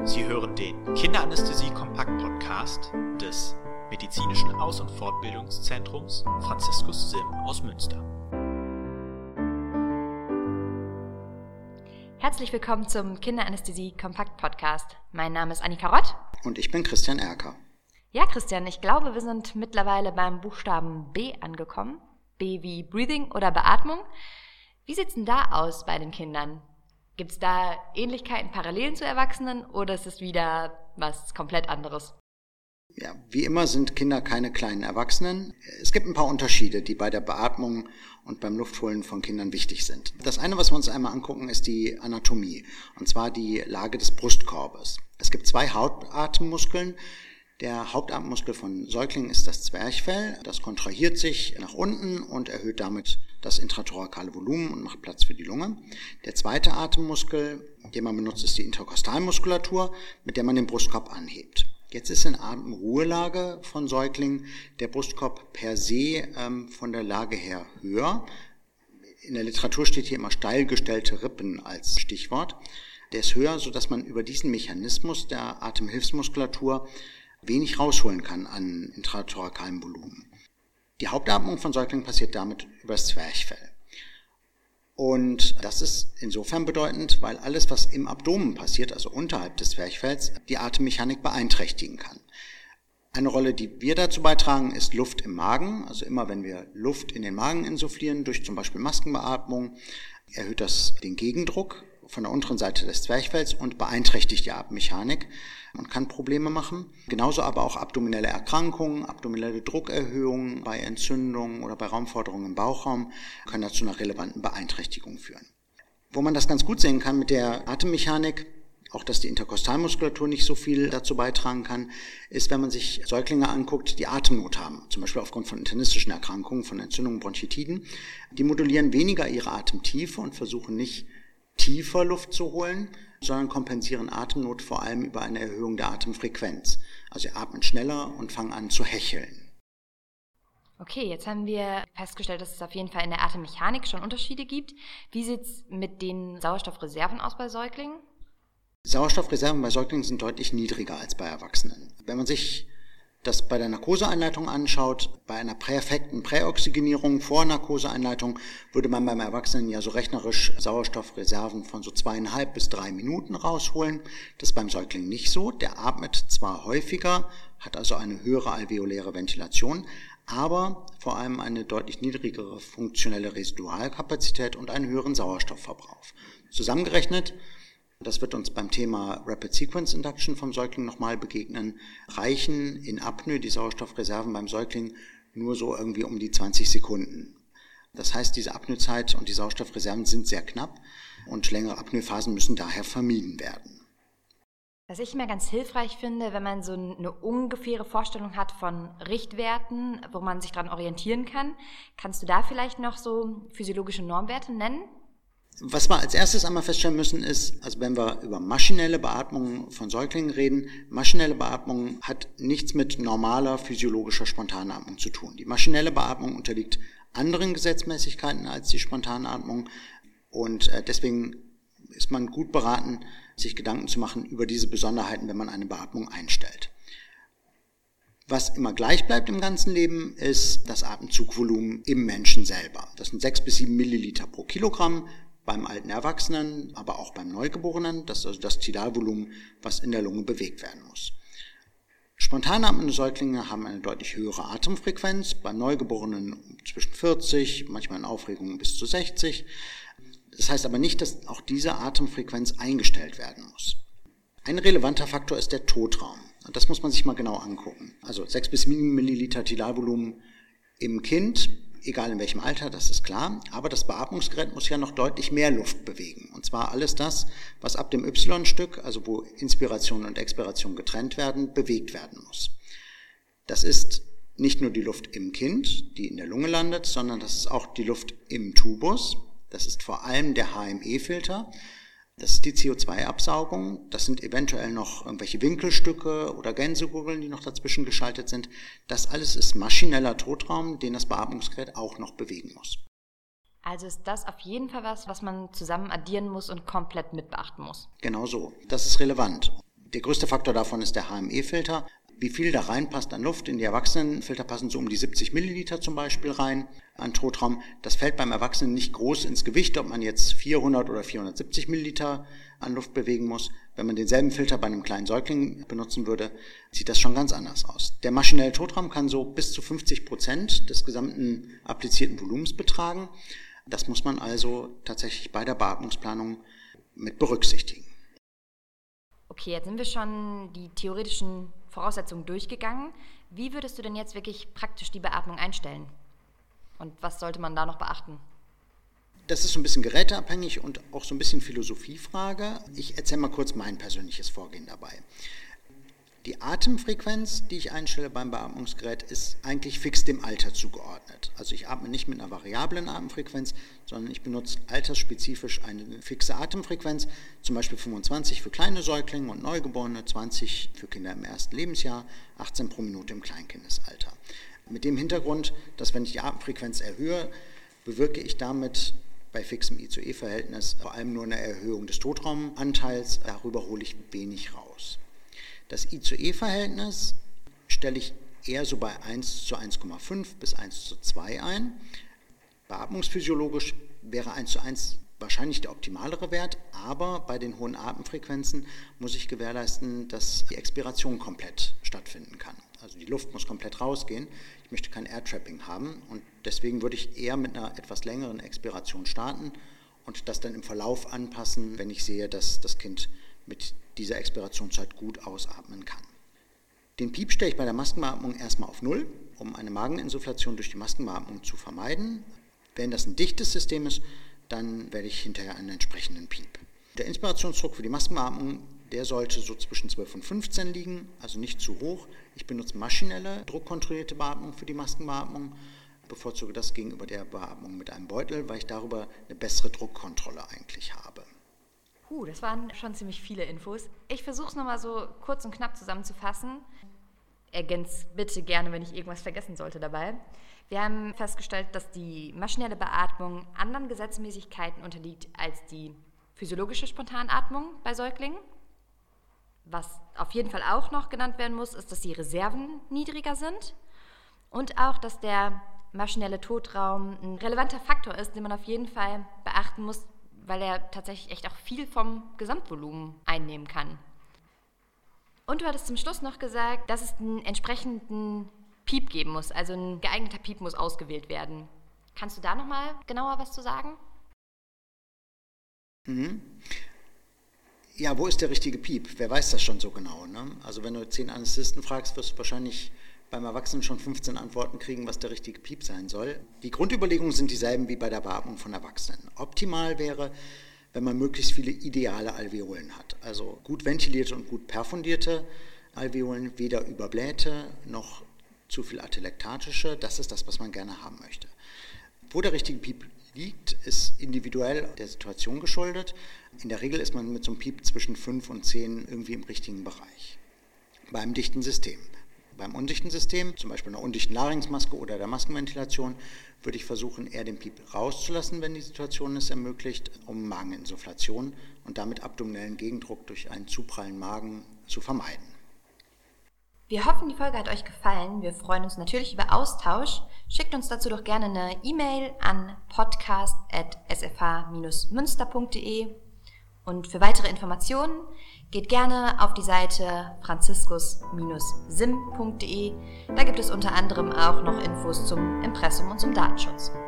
Sie hören den Kinderanästhesie-Kompakt-Podcast des Medizinischen Aus- und Fortbildungszentrums Franziskus Simm aus Münster. Herzlich willkommen zum Kinderanästhesie-Kompakt-Podcast. Mein Name ist Annika Rott. Und ich bin Christian Erker. Ja, Christian, ich glaube, wir sind mittlerweile beim Buchstaben B angekommen. B wie Breathing oder Beatmung. Wie sieht's denn da aus bei den Kindern? Gibt es da Ähnlichkeiten, Parallelen zu Erwachsenen oder ist es wieder was komplett anderes? Ja, wie immer sind Kinder keine kleinen Erwachsenen. Es gibt ein paar Unterschiede, die bei der Beatmung und beim Luftholen von Kindern wichtig sind. Das eine, was wir uns einmal angucken, ist die Anatomie, und zwar die Lage des Brustkorbes. Es gibt zwei Hauptatemmuskeln. Der Hauptatemmuskel von Säuglingen ist das Zwerchfell. Das kontrahiert sich nach unten und erhöht damit das intrathorakale Volumen und macht Platz für die Lunge. Der zweite Atemmuskel, den man benutzt, ist die Interkostalmuskulatur, mit der man den Brustkorb anhebt. Jetzt ist in Atemruhelage von Säuglingen der Brustkorb per se von der Lage her höher. In der Literatur steht hier immer steil gestellte Rippen als Stichwort. Der ist höher, sodass man über diesen Mechanismus der Atemhilfsmuskulatur wenig rausholen kann an intrathorakalem Volumen. Die Hauptatmung von Säuglingen passiert damit über das Zwerchfell. Und das ist insofern bedeutend, weil alles, was im Abdomen passiert, also unterhalb des Zwerchfells, die Atemmechanik beeinträchtigen kann. Eine Rolle, die wir dazu beitragen, ist Luft im Magen. Also immer wenn wir Luft in den Magen insufflieren, durch zum Beispiel Maskenbeatmung, erhöht das den Gegendruck von der unteren Seite des Zwerchfells und beeinträchtigt die Atemmechanik und kann Probleme machen. Genauso aber auch abdominelle Erkrankungen, abdominelle Druckerhöhungen bei Entzündungen oder bei Raumforderungen im Bauchraum können dazu einer relevanten Beeinträchtigung führen. Wo man das ganz gut sehen kann mit der Atemmechanik, auch dass die Interkostalmuskulatur nicht so viel dazu beitragen kann, ist, wenn man sich Säuglinge anguckt, die Atemnot haben, zum Beispiel aufgrund von internistischen Erkrankungen, von Entzündungen, Bronchitiden. Die modulieren weniger ihre Atemtiefe und versuchen nicht tiefer Luft zu holen, sondern kompensieren Atemnot vor allem über eine Erhöhung der Atemfrequenz. Also sie atmen schneller und fangen an zu hecheln. Okay, jetzt haben wir festgestellt, dass es auf jeden Fall in der Atemmechanik schon Unterschiede gibt. Wie sieht es mit den Sauerstoffreserven aus bei Säuglingen? Sauerstoffreserven bei Säuglingen sind deutlich niedriger als bei Erwachsenen. Wenn man sich das bei der Narkoseeinleitung anschaut, bei einer perfekten Präoxygenierung vor Narkoseeinleitung würde man beim Erwachsenen ja so rechnerisch Sauerstoffreserven von so 2,5 bis 3 Minuten rausholen. Das ist beim Säugling nicht so. Der atmet zwar häufiger, hat also eine höhere alveoläre Ventilation, aber vor allem eine deutlich niedrigere funktionelle Residualkapazität und einen höheren Sauerstoffverbrauch. Zusammengerechnet, das wird uns beim Thema Rapid Sequence Induction vom Säugling nochmal begegnen, reichen in Apnoe die Sauerstoffreserven beim Säugling nur so irgendwie um die 20 Sekunden. Das heißt, diese Apnoezeit und die Sauerstoffreserven sind sehr knapp und längere Apnoephasen müssen daher vermieden werden. Was ich immer ganz hilfreich finde, wenn man so eine ungefähre Vorstellung hat von Richtwerten, wo man sich dran orientieren kann, kannst du da vielleicht noch so physiologische Normwerte nennen? Was wir als erstes einmal feststellen müssen ist, also wenn wir über maschinelle Beatmung von Säuglingen reden, maschinelle Beatmung hat nichts mit normaler physiologischer Spontanatmung zu tun. Die maschinelle Beatmung unterliegt anderen Gesetzmäßigkeiten als die Spontanatmung und deswegen ist man gut beraten, sich Gedanken zu machen über diese Besonderheiten, wenn man eine Beatmung einstellt. Was immer gleich bleibt im ganzen Leben, ist das Atemzugvolumen im Menschen selber. Das sind 6 bis 7 Milliliter pro Kilogramm. Beim alten Erwachsenen, aber auch beim Neugeborenen, das ist also das Tidalvolumen, was in der Lunge bewegt werden muss. Spontan atmende Säuglinge haben eine deutlich höhere Atemfrequenz, beim Neugeborenen zwischen 40, manchmal in Aufregungen bis zu 60. Das heißt aber nicht, dass auch diese Atemfrequenz eingestellt werden muss. Ein relevanter Faktor ist der Totraum. Und das muss man sich mal genau angucken. Also 6 bis 7 Milliliter Tidalvolumen im Kind, egal in welchem Alter, das ist klar, aber das Beatmungsgerät muss ja noch deutlich mehr Luft bewegen. Und zwar alles das, was ab dem Y-Stück, also wo Inspiration und Expiration getrennt werden, bewegt werden muss. Das ist nicht nur die Luft im Kind, die in der Lunge landet, sondern das ist auch die Luft im Tubus. Das ist vor allem der HME-Filter. Das ist die CO2-Absaugung, das sind eventuell noch irgendwelche Winkelstücke oder Gänsegurgeln, die noch dazwischen geschaltet sind. Das alles ist maschineller Totraum, den das Beatmungsgerät auch noch bewegen muss. Also ist das auf jeden Fall was man zusammen addieren muss und komplett mit beachten muss. Genau so, das ist relevant. Der größte Faktor davon ist der HME-Filter. Wie viel da reinpasst an Luft. In die Erwachsenenfilter passen so um die 70 Milliliter zum Beispiel rein an Totraum. Das fällt beim Erwachsenen nicht groß ins Gewicht, ob man jetzt 400 oder 470 Milliliter an Luft bewegen muss. Wenn man denselben Filter bei einem kleinen Säugling benutzen würde, sieht das schon ganz anders aus. Der maschinelle Totraum kann so bis zu 50% des gesamten applizierten Volumens betragen. Das muss man also tatsächlich bei der Beatmungsplanung mit berücksichtigen. Okay, jetzt sind wir schon die theoretischen Voraussetzungen durchgegangen. Wie würdest du denn jetzt wirklich praktisch die Beatmung einstellen? Und was sollte man da noch beachten? Das ist so ein bisschen geräteabhängig und auch so ein bisschen Philosophiefrage. Ich erzähle mal kurz mein persönliches Vorgehen dabei. Die Atemfrequenz, die ich einstelle beim Beatmungsgerät, ist eigentlich fix dem Alter zugeordnet. Also ich atme nicht mit einer variablen Atemfrequenz, sondern ich benutze altersspezifisch eine fixe Atemfrequenz, zum Beispiel 25 für kleine Säuglinge und Neugeborene, 20 für Kinder im ersten Lebensjahr, 18 pro Minute im Kleinkindesalter. Mit dem Hintergrund, dass wenn ich die Atemfrequenz erhöhe, bewirke ich damit bei fixem I-zu-E-Verhältnis vor allem nur eine Erhöhung des Totraumanteils, darüber hole ich wenig raus. Das I-zu-E-Verhältnis stelle ich eher so bei 1 zu 1,5 bis 1 zu 2 ein. Beatmungsphysiologisch wäre 1 zu 1 wahrscheinlich der optimalere Wert, aber bei den hohen Atemfrequenzen muss ich gewährleisten, dass die Expiration komplett stattfinden kann. Also die Luft muss komplett rausgehen. Ich möchte kein Airtrapping haben und deswegen würde ich eher mit einer etwas längeren Expiration starten und das dann im Verlauf anpassen, wenn ich sehe, dass das Kind mit dieser Expirationszeit gut ausatmen kann. Den Piep stelle ich bei der Maskenbeatmung erstmal auf 0, um eine Mageninsufflation durch die Maskenbeatmung zu vermeiden. Wenn das ein dichtes System ist, dann werde ich hinterher einen entsprechenden Piep. Der Inspirationsdruck für die Maskenbeatmung, der sollte so zwischen 12 und 15 liegen, also nicht zu hoch. Ich benutze maschinelle, druckkontrollierte Beatmung für die Maskenbeatmung, bevorzuge das gegenüber der Beatmung mit einem Beutel, weil ich darüber eine bessere Druckkontrolle eigentlich habe. Das waren schon ziemlich viele Infos. Ich versuche es nochmal so kurz und knapp zusammenzufassen. Ergänzt bitte gerne, wenn ich irgendwas vergessen sollte dabei. Wir haben festgestellt, dass die maschinelle Beatmung anderen Gesetzmäßigkeiten unterliegt als die physiologische Spontanatmung bei Säuglingen. Was auf jeden Fall auch noch genannt werden muss, ist, dass die Reserven niedriger sind und auch, dass der maschinelle Totraum ein relevanter Faktor ist, den man auf jeden Fall beachten muss, weil er tatsächlich echt auch viel vom Gesamtvolumen einnehmen kann. Und du hattest zum Schluss noch gesagt, dass es einen entsprechenden Piep geben muss, also ein geeigneter Piep muss ausgewählt werden. Kannst du da nochmal genauer was zu sagen? Ja, wo ist der richtige Piep? Wer weiß das schon so genau, ne? Also wenn du 10 Anästhesisten fragst, wirst du wahrscheinlich beim Erwachsenen schon 15 Antworten kriegen, was der richtige Piep sein soll. Die Grundüberlegungen sind dieselben wie bei der Beatmung von Erwachsenen. Optimal wäre, wenn man möglichst viele ideale Alveolen hat. Also gut ventilierte und gut perfundierte Alveolen, weder überblähte noch zu viel atelektatische. Das ist das, was man gerne haben möchte. Wo der richtige Piep liegt, ist individuell der Situation geschuldet. In der Regel ist man mit so einem Piep zwischen 5 und 10 irgendwie im richtigen Bereich. Beim dichten System. Beim undichten System, zum Beispiel einer undichten Larynxmaske oder der Maskenventilation, würde ich versuchen, eher den Piep rauszulassen, wenn die Situation es ermöglicht, um Mageninsufflation und damit abdominellen Gegendruck durch einen zu prallen Magen zu vermeiden. Wir hoffen, die Folge hat euch gefallen. Wir freuen uns natürlich über Austausch. Schickt uns dazu doch gerne eine E-Mail an podcast@sfh-münster.de. Und für weitere Informationen geht gerne auf die Seite franziskus-sim.de. Da gibt es unter anderem auch noch Infos zum Impressum und zum Datenschutz.